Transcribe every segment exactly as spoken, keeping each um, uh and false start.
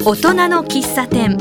大人の喫茶店。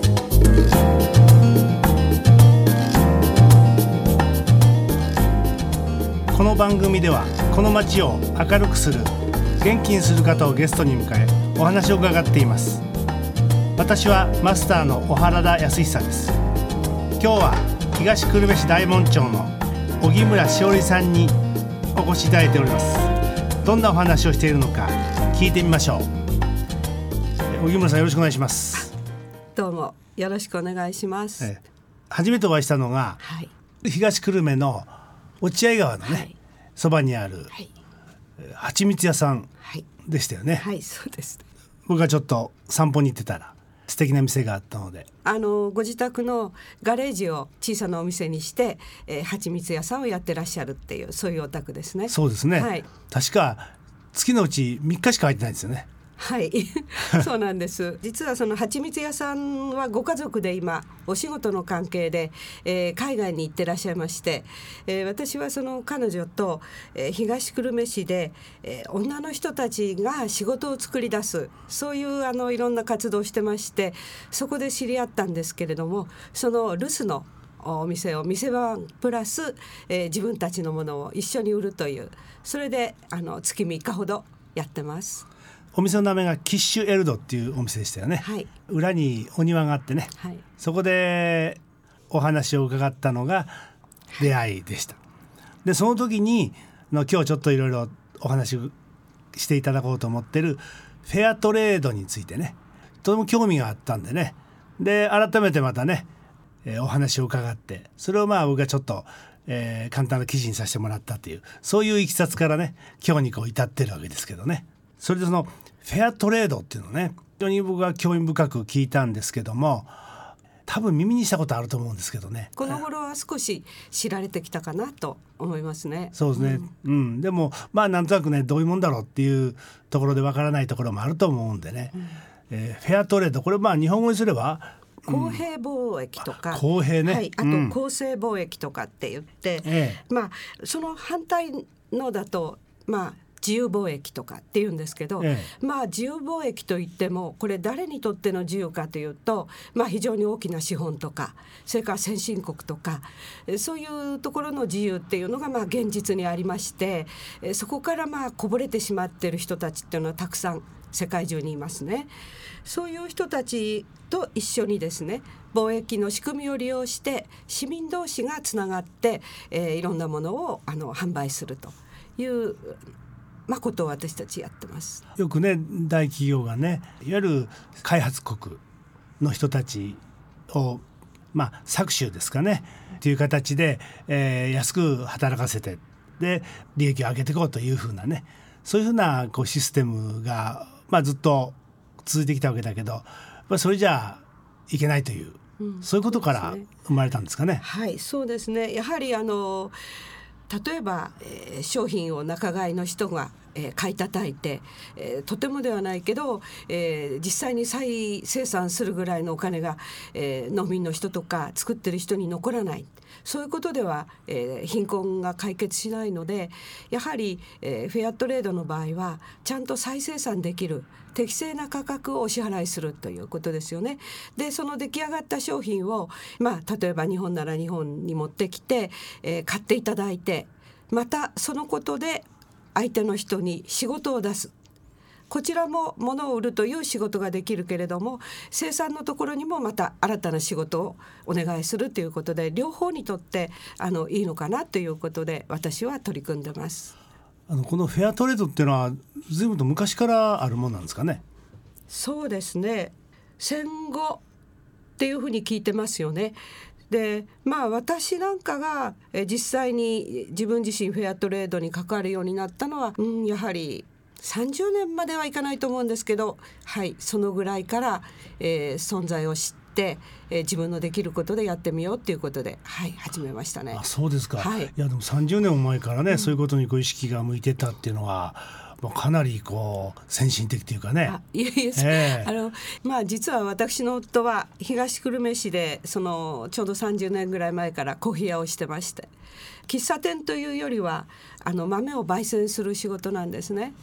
この番組ではこの街を明るくする元気にする方をゲストに迎えお話を伺っています。私はマスターの小原田康久です。今日は東久留米市大門町の小木村しおりさんにお越しいただいております。どんなお話をしているのか聞いてみましょう。小木村さん、よろしくお願いします。 どうもよろしくお願いします。 え初めてお会いしたのが、はい、東久留米の落合川のね、はい、そばにある、はい、はちみつ屋さんでしたよね。 はい、はい、そうです。 僕がちょっと散歩に行ってたら素敵な店があったので、 あのご自宅のガレージを小さなお店にして、えー、はちみつ屋さんをやってらっしゃるっていう、そういうお宅ですね。 そうですね、はい、確か月のうちみっかしか空いてないんですよね。 はいそうなんです。実はそのはちみつ屋さんはご家族で今お仕事の関係で、えー、海外に行ってらっしゃいまして、えー、私はその彼女と、えー、東久留米市で、えー、女の人たちが仕事を作り出す、そういうあのいろんな活動をしてまして、そこで知り合ったんですけれども、その留守のお店を店番プラス、えー、自分たちのものを一緒に売るという、それであの月みっかほどやってます。 お店の名前がキッシュエルドっていうお店でしたよね。はい、裏にお庭があってね、はい、そこでお話を伺ったのが出会いでした。でその時にの今日ちょっといろいろお話していただこうと思ってるフェアトレードについてね、とても興味があったんでね、で改めてまたね、えー、お話を伺って、それをまあ僕がちょっと、えー、簡単な記事にさせてもらったっていう、そういういきさつからね今日にこう至ってるわけですけどね。それでそのフェアトレードっていうのをね、非常に僕は興味深く聞いたんですけども、多分耳にしたことあると思うんですけどね、 この頃は少し知られてきたかなと思いますね。 そうですね、うんうん、でもまあなんとなくねどういうもんだろうっていうところでわからないところもあると思うんでね、うんえー、フェアトレード、これまあ日本語にすれば公平貿易とか、 うん、公平ね、 はい、あと公正貿易とかって言って、うんええ、まあその反対のだとまあ自由貿易とかっていうんですけど、ええ、まあ自由貿易といってもこれ誰にとっての自由かというと、まあ非常に大きな資本とか、それから先進国とか、そういうところの自由っていうのがまあ現実にありまして、そこからまあこぼれてしまっている人たちっていうのはたくさん世界中にいますね。そういう人たちと一緒にですね、貿易の仕組みを利用して市民同士がつながって、えー、いろんなものをあの販売するというまあ、ことを私たちやってます。 よくね大企業がね、いわゆる開発国の人たちをまあ搾取ですかねという形で、えー、安く働かせてで利益を上げていこうというふうなね、そういうふうなこうシステムが、まあ、ずっと続いてきたわけだけど、まあ、それじゃいけないという、うん、そういうことから生まれたんですかね。 はい、そうですね。やはりあの例えば、えー、商品を仲買の人が、えー、買い叩いて、えー、とてもではないけど、えー、実際に再生産するぐらいのお金が、えー、農民の人とか作ってる人に残らない、そういうことでは、えー、貧困が解決しないので、やはり、えー、フェアトレードの場合はちゃんと再生産できる適正な価格をお支払いするということですよね。でその出来上がった商品を、まあ、例えば日本なら日本に持ってきて、えー、買っていただいて、またそのことで相手の人に仕事を出す、こちらも物を売るという仕事ができるけれども、生産のところにもまた新たな仕事をお願いするということで、両方にとってあのいいのかなということで私は取り組んでます。 あのこのフェアトレードっていうのは随分と昔からあるものなんですかね。 そうですね、戦後っていうふうに聞いてますよね。でまあ私なんかがえ実際に自分自身フェアトレードに関わるようになったのは、うん、やはりさんじゅうねんまではいかないと思うんですけど、はい、そのぐらいから、えー、存在を知って、えー、自分のできることでやってみようということで、はい、始めましたね。 あ、そうですか、 はい、 いやでもさんじゅうねんも前からね、うん、そういうことにこう意識が向いてたっていうのはかなりこう先進的というかね。 あいえいえ、えーあのまあ、実は私の夫は東久留米市でそのちょうどさんじゅうねんぐらい前からコーヒー屋をしてまして、喫茶店というよりはあの豆を焙煎する仕事なんですね。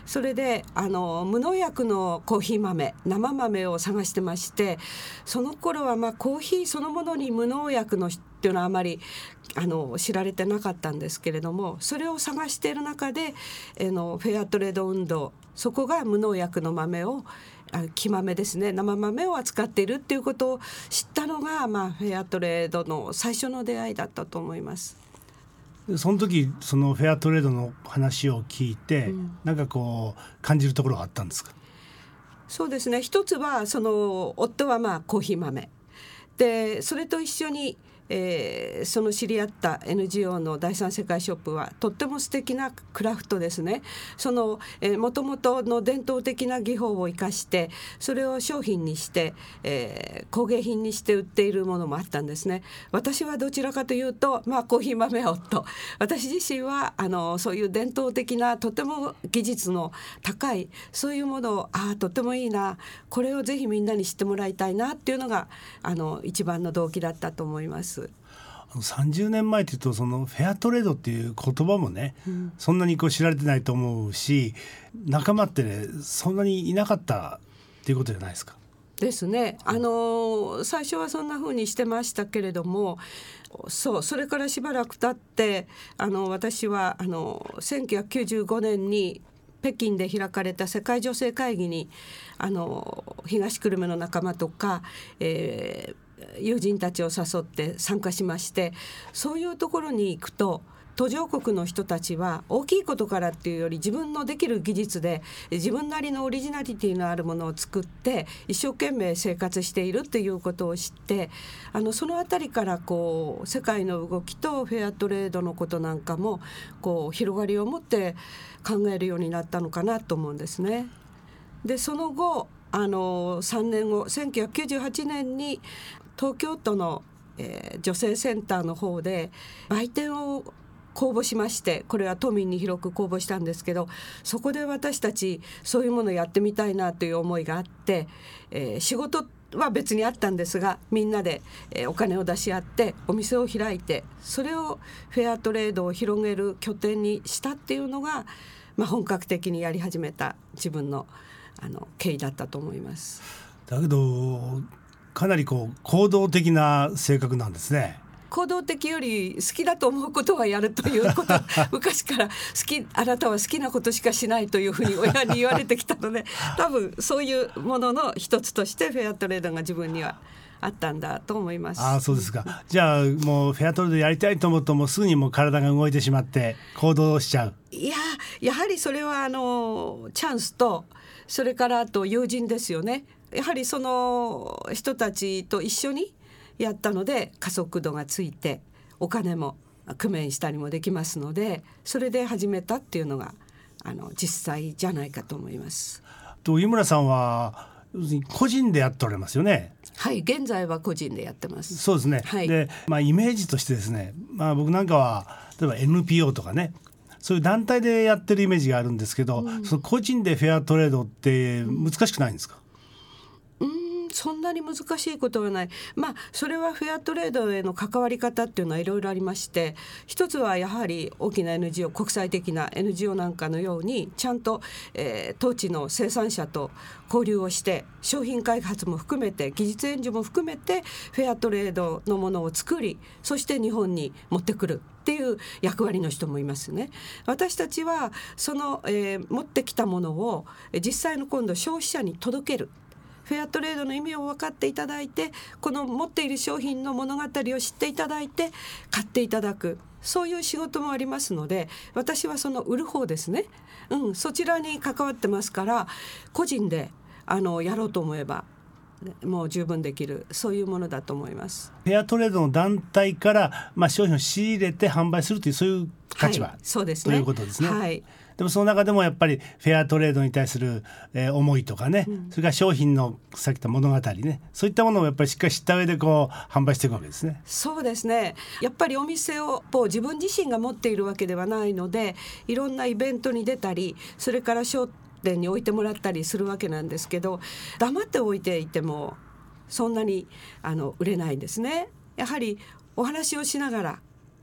それであの無農薬のコーヒー豆、生豆を探してまして、その頃はまあコーヒーそのものに無農薬のっていうのはあまりあの知られてなかったんですけれども、それを探している中であのフェアトレード運動、そこが無農薬の豆を、木豆ですね、生豆を扱っているっていうことを知ったのが、まあ、フェアトレードの最初の出会いだったと思います。 その時そのフェアトレードの話を聞いて、うん、なんかこう感じるところがあったんですか？ そうですね、一つはその夫はまあコーヒー豆で、それと一緒にえー、その知り合った エヌジーオー の第三世界ショップはとっても素敵なクラフトですね。そのもともとの伝統的な技法を生かしてそれを商品にして、えー、工芸品にして売っているものもあったんですね。私はどちらかというと、まあ、コーヒー豆夫、私自身はあのそういう伝統的なとても技術の高いそういうものをあとてもいいな、これをぜひみんなに知ってもらいたいなっていうのがあの一番の動機だったと思います。 さんじゅうねんまえというとそのフェアトレードっていう言葉もね、うん、そんなにこう知られてないと思うし、仲間ってねそんなにいなかったっていうことじゃないですか。 ですね、あの最初はそんな風にしてましたけれども、そうそれからしばらく経ってあの私はあのせんきゅうひゃくきゅうじゅうごねんに北京で開かれた世界女性会議にあの東久留米の仲間とか、えー友人たちを誘って参加しまして、そういうところに行くと途上国の人たちは大きいことからっていうより自分のできる技術で自分なりのオリジナリティのあるものを作って一生懸命生活しているっていうことを知って、あのそのあたりからこう世界の動きとフェアトレードのことなんかもこう広がりを持って考えるようになったのかなと思うんですね。でその後あのさんねんごせんきゅうひゃくきゅうじゅうはちねんに東京都の、えー、女性センターの方で売店を公募しまして、これは都民に広く公募したんですけど、そこで私たちそういうものをやってみたいなという思いがあって、えー、仕事は別にあったんですがみんなで、えー、お金を出し合ってお店を開いて、それをフェアトレードを広げる拠点にしたっていうのが、まあ、本格的にやり始めた自分の、あの経緯だったと思います。 だけどかなりこう行動的な性格なんですね。 行動的より好きだと思うことはやるということ昔から好きあなたは好きなことしかしないというふうに親に言われてきたので、多分そういうものの一つとしてフェアトレードが自分にはあったんだと思います。 ああ、そうですか。じゃあもうフェアトレードやりたいと思うともうすぐにもう体が動いてしまって行動しちゃう。 いややはりそれはあのチャンスと、それからあと友人ですよね。やはりその人たちと一緒にやったので加速度がついてお金も工面したりもできますので、それで始めたっていうのがあの実際じゃないかと思います。 と井村さんは個人でやっておられますよね。 はい、現在は個人でやってます。 そうですね、はい。で、まあ、イメージとしてですね、まあ、僕なんかは例えば エヌピーオー とかね、そういう団体でやってるイメージがあるんですけど、うん、その個人でフェアトレードって難しくないんですか？ そんなに難しいことはない。まあそれはフェアトレードへの関わり方っていうのはいろいろありまして、一つはやはり大きな エヌジーオー 国際的な エヌジーオー なんかのようにちゃんと、えー、当地の生産者と交流をして商品開発も含めて技術援助も含めてフェアトレードのものを作り、そして日本に持ってくるっていう役割の人もいますね。私たちはその、えー、持ってきたものを実際の今度消費者に届ける、フェアトレードの意味を分かっていただいて、この持っている商品の物語を知っていただいて買っていただく、そういう仕事もありますので、私はその売る方ですね、うん、そちらに関わってますから、個人であのやろうと思えばもう十分できる、そういうものだと思います。 フェアトレードの団体から、まあ、商品を仕入れて販売するというそういう立場、はい、 そうですね、 ということですね。 はい。 でもその中でもやっぱりフェアトレードに対する、えー、思いとかね、うん、それから商品のさっき言った物語ね、そういったものをやっぱりしっかり知った上でこう販売していくわけですね。 そうですね。やっぱりお店を自分自身が持っているわけではないので、いろんなイベントに出たり、それから商店に置いてもらったりするわけなんですけど、黙って置いていてもそんなにあの売れないんですね。やはりお話をしながら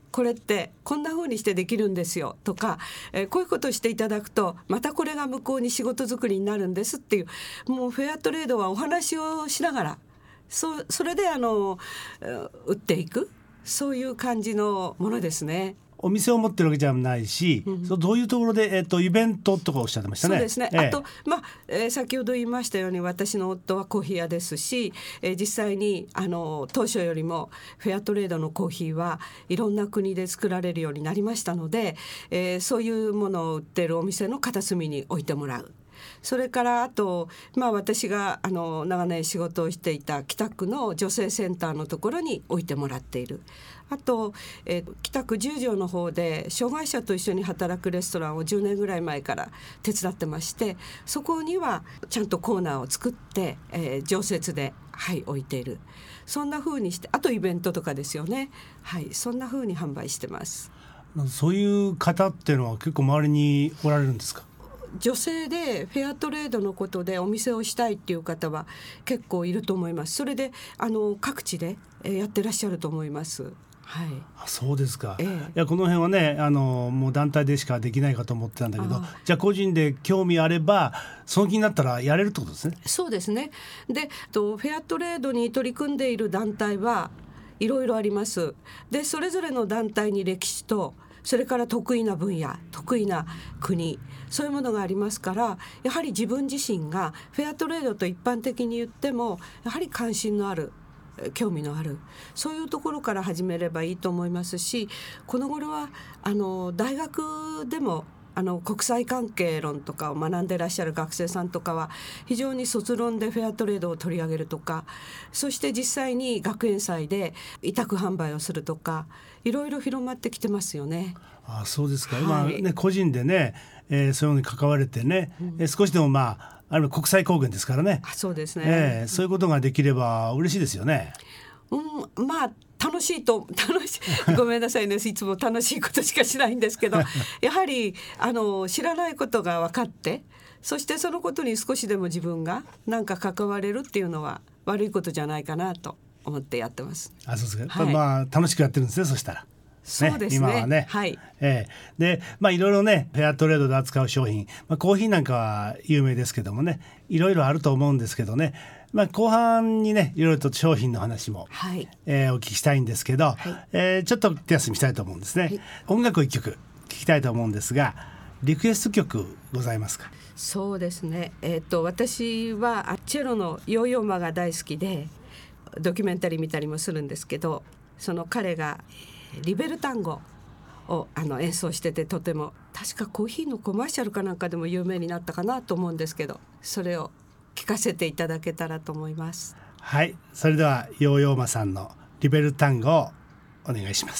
これってこんな風にしてできるんですよとか、えー、こういうことをしていただくとまたこれが向こうに仕事作りになるんですっていう、もうフェアトレードはお話をしながら そ, それであの売っていく、そういう感じのものですね。 お店を持ってるわけじゃないし、うん、そうどういうところで、えー、とイベントとかおっしゃってましたね。 そうですね、ええ、あと、まあえー、先ほど言いましたように私の夫はコーヒー屋ですし、えー、実際にあの当初よりもフェアトレードのコーヒーはいろんな国で作られるようになりましたので、えー、そういうものを売ってるお店の片隅に置いてもらう。それからあと、まあ、私があの長年仕事をしていた北区の女性センターのところに置いてもらっている。あと、えー、北区十条の方で障害者と一緒に働くレストランをじゅうねんぐらい前から手伝ってまして、そこにはちゃんとコーナーを作って、えー、常設で、はい、置いている。そんな風にして、あとイベントとかですよね、はい、そんな風に販売してます。 そういう方っていうのは結構周りにおられるんですか？ 女性でフェアトレードのことでお店をしたいっていう方は結構いると思います。それであの各地でやってらっしゃると思います。はい、 あ、そうですか、ええ、いやこの辺はねあのもう団体でしかできないかと思ってたんだけど、じゃあ個人で興味あればその気になったらやれるってことですね。 そうですね。でとフェアトレードに取り組んでいる団体はいろいろあります。でそれぞれの団体に歴史とそれから得意な分野、得意な国、そういうものがありますから、やはり自分自身がフェアトレードと一般的に言ってもやはり関心のある、興味のある、そういうところから始めればいいと思いますし、この頃はあの大学でもあの国際関係論とかを学んでいらっしゃる学生さんとかは非常に卒論でフェアトレードを取り上げるとか、そして実際に学園祭で委託販売をするとか、いろいろ広まってきてますよね。 ああ、そうですか、はい、今ね個人でね、えー、そういうのに関われてね、うん、えー、少しでもまああるいは国際貢献ですからね。 あ、そうですね、 えー、そういうことができれば嬉しいですよね。 うん、まあ楽しいと楽しいごめんなさいねいつも楽しいことしかしないんですけどやはりあの知らないことが分かって、そしてそのことに少しでも自分がなんか関われるっていうのは悪いことじゃないかなと思ってやってます。 あ、そうですか、はい、まあ楽しくやってるんですね。そしたらそうですね、 今はね、 はい、 えー、でまあいろいろねフェアトレードで扱う商品、まあ、コーヒーなんかは有名ですけどもね、いろいろあると思うんですけどね、まあ、後半にねいろいろと商品の話も、はい、えー、お聞きしたいんですけど、はい、えー、ちょっと手休みしたいと思うんですね、はい、音楽を一曲聴きたいと思うんですが、リクエスト曲ございますか？ そうですね、えー、と私はチェロのヨーヨーマが大好きでドキュメンタリー見たりもするんですけど、その彼がリベルタンゴをあの演奏してて、とても確かコーヒーのコマーシャルかなんかでも有名になったかなと思うんですけど、それを聞かせていただけたらと思います。 はい、それではヨーヨーマさんのリベルタンゴをお願いします。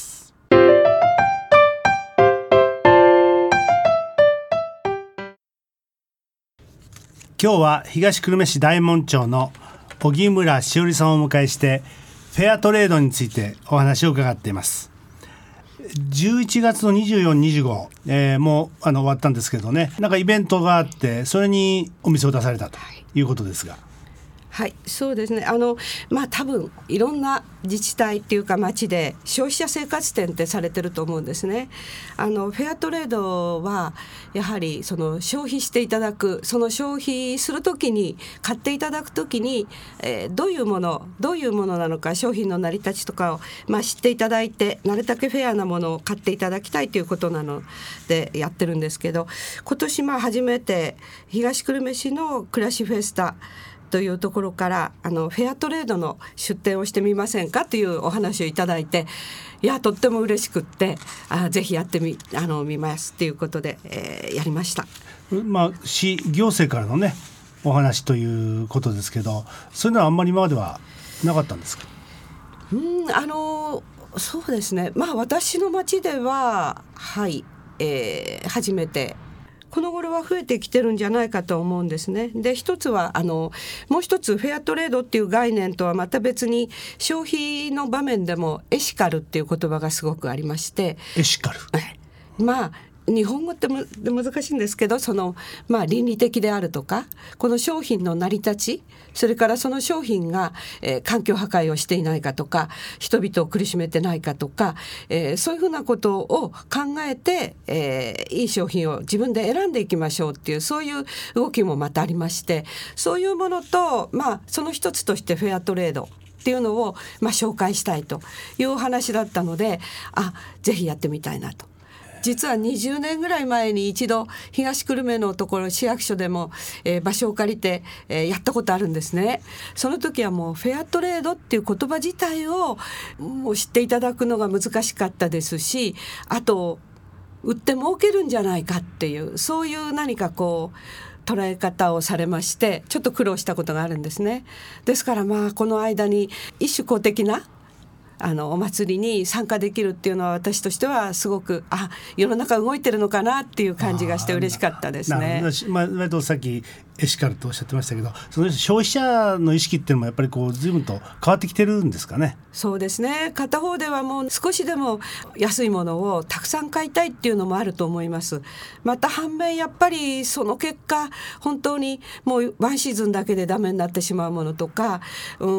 今日は東久留米市大門町の荻村しおりさんをお迎えしてフェアトレードについてお話を伺っています。じゅういちがつのにじゅうよっか、にじゅうご、えー、もうあの終わったんですけどね、なんかイベントがあってそれにお店を出されたということですが。 はい、そうですね、あのまあ多分いろんな自治体っていうか町で消費者生活展ってされてると思うんですね。あのフェアトレードはやはりその消費していただく、その消費するときに買っていただくときに、えー、どういうものどういうものなのか、商品の成り立ちとかを、まあ、知っていただいて、なるだけフェアなものを買っていただきたいということなのでやってるんですけど、今年まあ初めて東久留米市の暮らしフェスタというところからあのフェアトレードの出店をしてみませんかというお話をいただいて、いやとっても嬉しくって、あぜひやってみあの見ますということで、えー、やりました。 まあ、市行政からのねお話ということですけど、そういうのはあんまり今まではなかったんですか？ うんあのそうですね、まあ私の町でははい、えー、初めてこの頃は増えてきてるんじゃないかと思うんですね。で一つはあのもう一つフェアトレードっていう概念とはまた別に消費の場面でもエシカルっていう言葉がすごくありまして、 エシカル、 まあ日本語ってむ難しいんですけど、その、まあ、倫理的であるとか、この商品の成り立ち、それからその商品が、えー、環境破壊をしていないかとか、人々を苦しめてないかとか、えー、そういうふうなことを考えて、えー、いい商品を自分で選んでいきましょうっていう、そういう動きもまたありまして、そういうものと、まあ、その一つとしてフェアトレードっていうのを、まあ、紹介したいというお話だったので、あ、ぜひやってみたいなと。実はにじゅうねんぐらい前に一度東久留米のところ市役所でも、えー、場所を借りて、えー、やったことあるんですね。その時はもうフェアトレードっていう言葉自体をもう知っていただくのが難しかったですし、あと売って儲けるんじゃないかっていう、そういう何かこう捉え方をされまして、ちょっと苦労したことがあるんですね。ですからまあこの間に一種公的なあのお祭りに参加できるっていうのは、私としてはすごく、あ、世の中動いてるのかなっていう感じがして嬉しかったですね。 まあ、さっきエシカルとおっしゃってましたけど、その消費者の意識っていうのもやっぱりこう随分と変わってきてるんですかね。 そうですね。片方ではもう少しでも安いものをたくさん買いたいっていうのもあると思います。また反面やっぱりその結果本当にもうワンシーズンだけでダメになってしまうものとか、うん、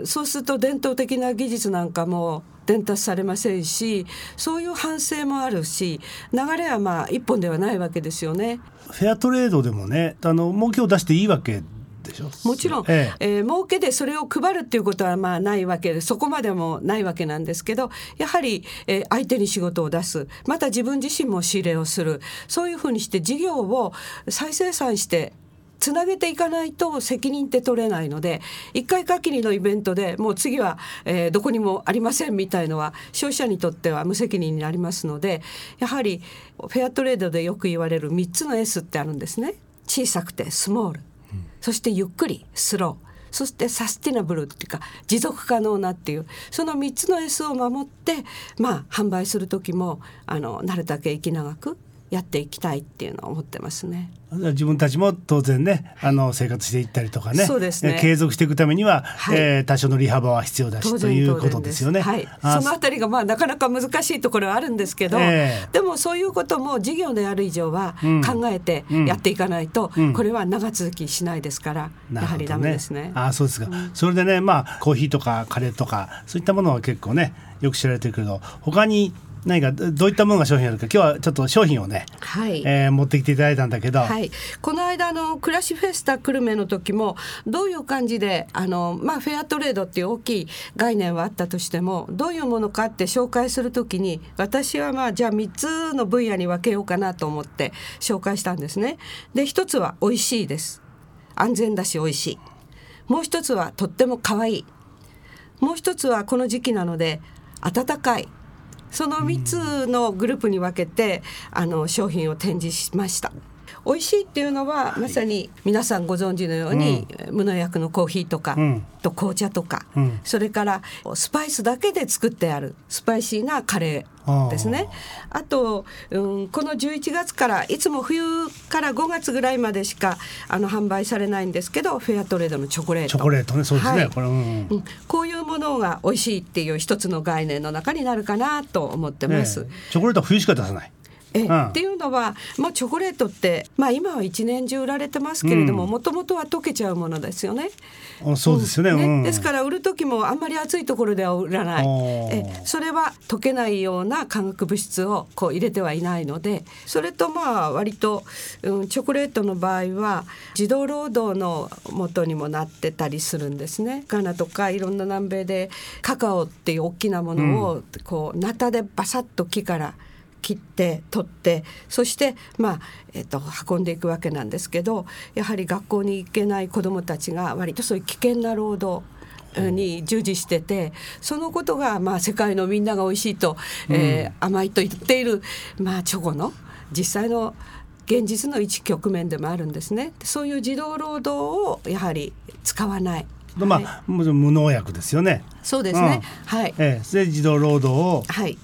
そうすると伝統的な技術なんかも伝達されませんし、そういう反省もあるし、流れはまあ一本ではないわけですよね。 フェアトレードでもね、あの儲けを出していいわけでしょ。 もちろん、えええー、儲けでそれを配るっていうことはまあないわけで、そこまでもないわけなんですけど、やはり、えー、相手に仕事を出す、また自分自身も仕入れをする、そういうふうにして事業を再生産してつなげていかないと責任って取れないので、一回限りのイベントでもう次は、えー、どこにもありませんみたいのは消費者にとっては無責任になりますので、やはりフェアトレードでよく言われるみっつの エス ってあるんですね。小さくてスモール、うん、そしてゆっくりスロー、そしてサスティナブルっていうか持続可能なっていう、そのみっつの エス を守って、まあ、販売する時もあのなるだけ生き長くやっていきたいっていうのを思ってますね。 自分たちも当然ね、あの生活していったりとかね、 そうですね、 継続していくためには、はい、えー、多少の利幅は必要だしということですよね。 はい、そのあたりがまあなかなか難しいところはあるんですけど、えー、でもそういうことも事業である以上は考えてやっていかないと、うんうん、これは長続きしないですから、やはりダメですね。 あ、そうですか、うん、それでね、まあコーヒーとかカレーとかそういったものは結構ねよく知られてるけど、他に何かどういったものが商品あるか、今日はちょっと商品をね、はい、えー、持ってきていただいたんだけど、 はい、この間の暮らしフェスタ久留米の時もどういう感じであの、まあ、フェアトレードっていう大きい概念はあったとしても、どういうものかって紹介する時に、私はまあじゃあみっつの分野に分けようかなと思って紹介したんですね。で、一つは美味しいです。安全だし美味しい。もう一つはとっても可愛い。もう一つはこの時期なので温かい。そのみっつのグループに分けてあの商品を展示しました。美味しいっていうのはまさに皆さんご存知のように、うん、無農薬のコーヒーとか、うん、と紅茶とか、うん、それからスパイスだけで作ってあるスパイシーなカレーですね。あと、うん、このじゅういちがつからいつも冬からごがつぐらいまでしかあの販売されないんですけど、フェアトレードのチョコレートチョコレートね、そうですね、はい、 これ、うん、こういうものが美味しいっていう一つの概念の中になるかなと思ってます、 ね、チョコレートは冬しか出さない。 えうん、っていうのは、まあ、チョコレートって、まあ、今は一年中売られてますけれども、もともとは溶けちゃうものですよね。 そうですよね、うんね、ですから売る時もあんまり暑いところでは売らない。えそれは溶けないような化学物質をこう入れてはいないので、それとまあ割と、うん、チョコレートの場合は児童労働の元にもなってたりするんですね。ガーナとかいろんな南米でカカオっていう大きなものをこうナタでバサッと木から切って取って、そして、まあえー、と運んでいくわけなんですけど、やはり学校に行けない子どもたちが割とそういう危険な労働に従事してて、そのことが、まあ、世界のみんなが美味しいと、えーうん、甘いと言っている、まあ、チョコの実際の現実の一局面でもあるんですね。そういう児童労働をやはり使わない、 まあ、はい、無農薬ですよね。 そうですね、うん、はい、 えー、で児童労働を、 はい、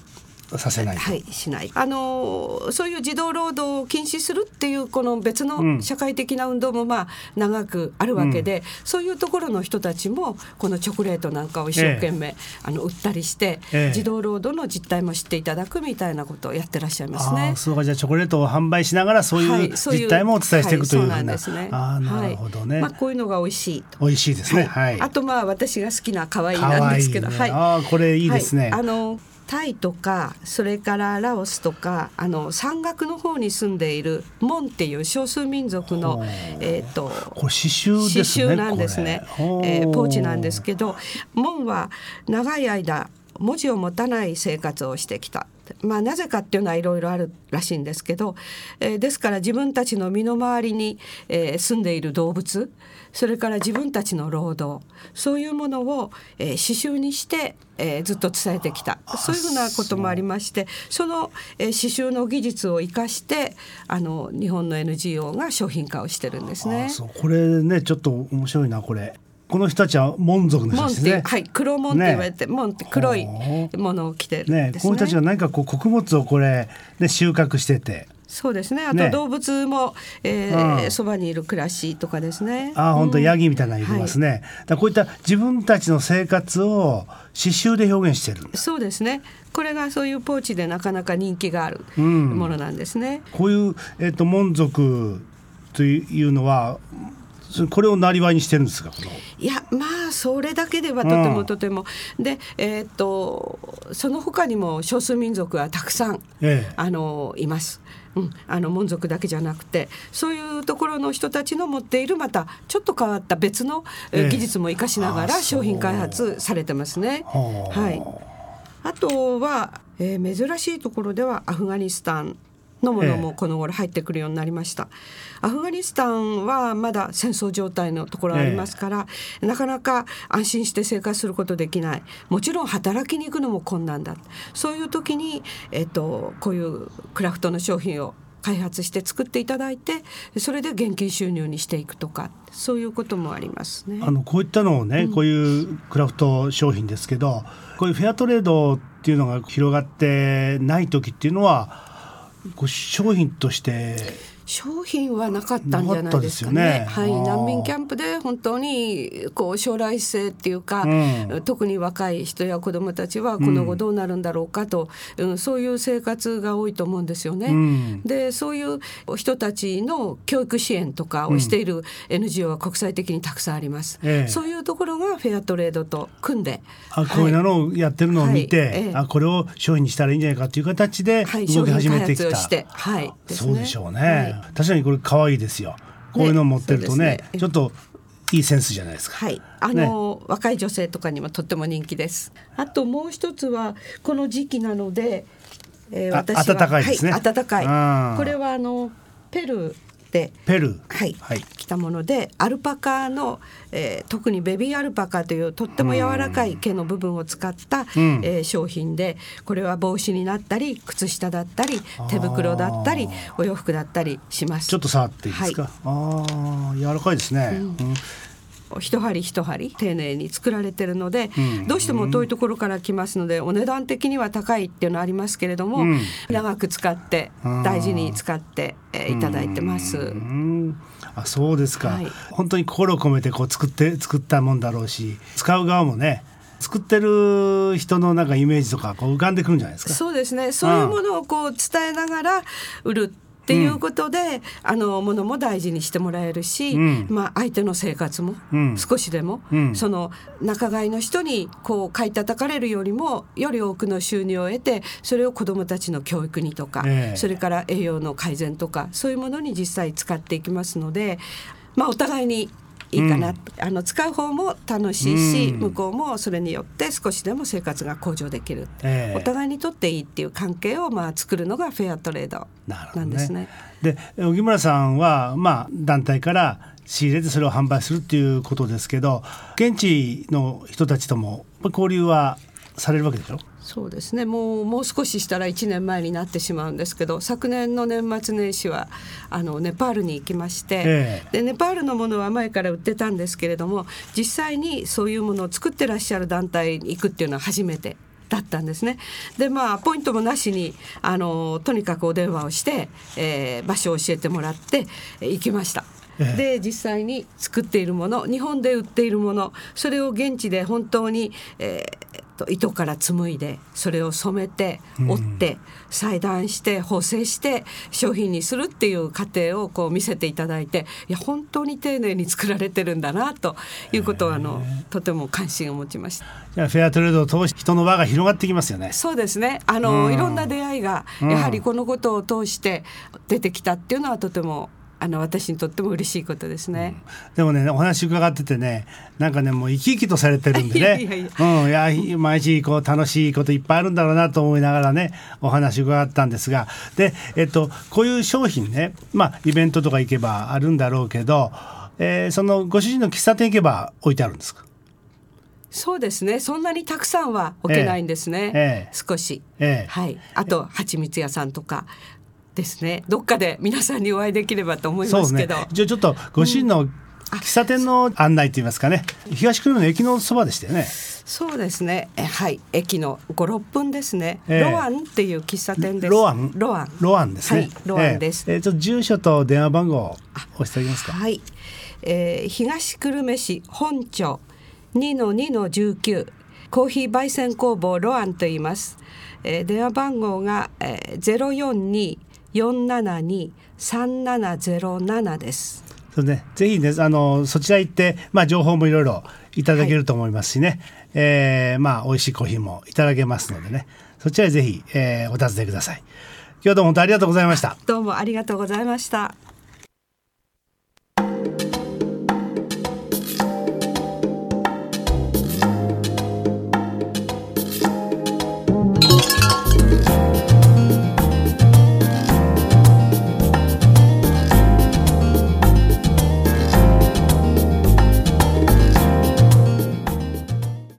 させないと、 はい、しない。あのそういう児童労働を禁止するっていうこの別の社会的な運動もまあ長くあるわけで、うん、そういうところの人たちもこのチョコレートなんかを一生懸命、ええ、あの売ったりして、ええ、児童労働の実態も知っていただくみたいなことをやってらっしゃいますね。 あ、そうか。じゃあチョコレートを販売しながらそういう実態もお伝えしていくというふうな、はい、そうなんですね。あ、なるほどね。 はい、まあ、こういうのが美味しいと。 美味しいですね、はい。 あとまあ私が好きな可愛いなんですけど、 ね、 はい、 あ、これいいですね。 はい、あのタイとかそれからラオスとかあの山岳の方に住んでいるモンっていう少数民族の、えー、とこれ刺繍ですね。 刺繍なんですね、えー、ポーチなんですけど、モンは長い間文字を持たない生活をしてきた。まあ、なぜかっていうのはいろいろあるらしいんですけど、えー、ですから自分たちの身の回りに、えー、住んでいる動物、それから自分たちの労働、そういうものを、えー、刺繍にして、えー、ずっと伝えてきた。そういうふうなこともありまして、その、えー、刺繍の技術を生かしてあの日本の エヌジーオー が商品化をしてるんですね。 あ、そう、これねちょっと面白いな。これこの人たちはモン族の人ですね。 はい、黒門って言われて、ね、門って黒いものを着てるんですね。 ね、この人たちが何かこう穀物をこれ、ね、収穫してて。 そうですね。あと動物も、ね、えーうん、そばにいる暮らしとかですね。 あ、本当、うん、ヤギみたいなのいますね。はい、だこういった自分たちの生活を刺繍で表現してるんです。 そうですね。これがそういうポーチでなかなか人気があるものなんですね。 うん、こういう、えーと、モン族というのはこれを生業にしてるんですか。このいや、まあそれだけではとてもとても、うん、で、えー、っとその他にも少数民族はたくさん、ええ、あのいます。うん、あのモン族だけじゃなくてそういうところの人たちの持っているまたちょっと変わった別の技術も生かしながら商品開発されてますね。はい、あとは、えー、珍しいところではアフガニスタンのものもこの頃入ってくるようになりました。アフガニスタンはまだ戦争状態のところありますから、ええ、なかなか安心して生活することできない。もちろん働きに行くのも困難だ。そういう時に、えっと、こういうクラフトの商品を開発して作っていただいてそれで現金収入にしていくとかそういうこともありますね。 あのこういったのをね、うん、こういうクラフト商品ですけどこういうフェアトレードっていうのが広がってない時っていうのはこう商品として商品はなかったんじゃないですかね。はい、難民キャンプで本当にこう将来性っていうか、うん、特に若い人や子どもたちはこの後どうなるんだろうかと、うんうん、そういう生活が多いと思うんですよね。うん、でそういう人たちの教育支援とかをしている エヌジーオー は国際的にたくさんあります。うん、そういうところがフェアトレードと組んであこういうのをやってるのを見て、はいええ、あこれを商品にしたらいいんじゃないかという形で動き始めてきた、はい、商品開発をして、はい、ですね、そうでしょうね。はい確かにこれ可愛いですよ。こういうのを持ってると ね, ねちょっといいセンスじゃないですか。 はいあの、ね、若い女性とかにもとっても人気です。あともう一つはこの時期なので、えー、私は暖かいですね、 はい、暖かいこれはあのペルーでペルー、 はいはい、来たものでアルパカの、えー、特にベビーアルパカというとっても柔らかい毛の部分を使った、うんえー、商品でこれは帽子になったり靴下だったり手袋だったりお洋服だったりします。 ちょっと触っていいですか、はい、あ柔らかいですね、うんうん一針一針丁寧に作られているので、うん、どうしても遠いところから来ますのでお値段的には高いっていうのはありますけれども、うん、長く使って大事に使って、えー、いただいてます。 うんあそうですか、はい、本当に心を込めてこう作って作ったもんだろうし使う側もね作ってる人のなんかイメージとかこう浮かんでくるんじゃないですか。 そうですねそういうものをこう伝えながら売るっていうことで、うん、あのものも大事にしてもらえるし、うんまあ、相手の生活も少しでも、うん、その仲買の人にこう買い叩かれるよりもより多くの収入を得てそれを子どもたちの教育にとか、えー、それから栄養の改善とかそういうものに実際使っていきますので、まあ、お互いにいいかな、うん、あの使う方も楽しいし、うん、向こうもそれによって少しでも生活が向上できる、えー、お互いにとっていいっていう関係をまあ作るのがフェアトレードなんですね。 で荻村さんは、まあ、団体から仕入れてそれを販売するっていうことですけど現地の人たちとも交流はされるわけでしょ。 そうですねもう、もう少ししたらいちねんまえになってしまうんですけど昨年の年末年始はあのネパールに行きまして、えー、でネパールのものは前から売ってたんですけれども実際にそういうものを作ってらっしゃる団体に行くっていうのは初めてだったんですね。でまあポイントもなしにあのとにかくお電話をして、えー、場所を教えてもらって行きました。で実際に作っているもの、日本で売っているもの、それを現地で本当に、えー、糸から紡いでそれを染めて織って裁断して縫製して商品にするっていう過程をこう見せていただいて、いや本当に丁寧に作られてるんだなということをあのとても関心を持ちました。 じゃあフェアトレードを通して人の輪が広がってきますよね。 そうですね、あの、うん、いろんな出会いがやはりこのことを通して出てきたっていうのはとてもあの私にとっても嬉しいことですね、 うん、でもねお話伺っててね、なんかねもう生き生きとされてるんでねいやいやいや、うん、いや毎日こう楽しいこといっぱいあるんだろうなと思いながらねお話伺ったんですが、で、えっと、こういう商品ね、まあ、イベントとか行けばあるんだろうけど、えー、そのご主人の喫茶店行けば置いてあるんですか？ そうですね、そんなにたくさんは置けないんですね、えー、少し、えーはい、あと蜂蜜屋さんとかですね、どっかで皆さんにお会いできればと思いますけど、 ね、じゃあちょっとご主人の喫茶店の案内といいますかね、うん、東久留米の駅のそばでしたよね。 そうですね、えはい駅のご、ろっぷんですね、えー、ロアンっていう喫茶店です。 ロアンロアンロアンですね、 はい、ロアンです、 えーえー、ちょっと住所と電話番号を押していただけますか？ はい、えー、東久留米市本町 にのにのじゅうきゅう コーヒー焙煎工房ロアンと言います、えー、電話番号が、えー、ゼロよんに よんななに さんななゼロななです。 そうね、ぜひねあのそちら行って、まあ、情報もいろいろいただけると思いますしね、はい、えー、まあ美味しいコーヒーもいただけますのでね、そちらへぜひ、えー、お尋ねください。今日はどうも本当ありがとうございました。 どうもありがとうございました。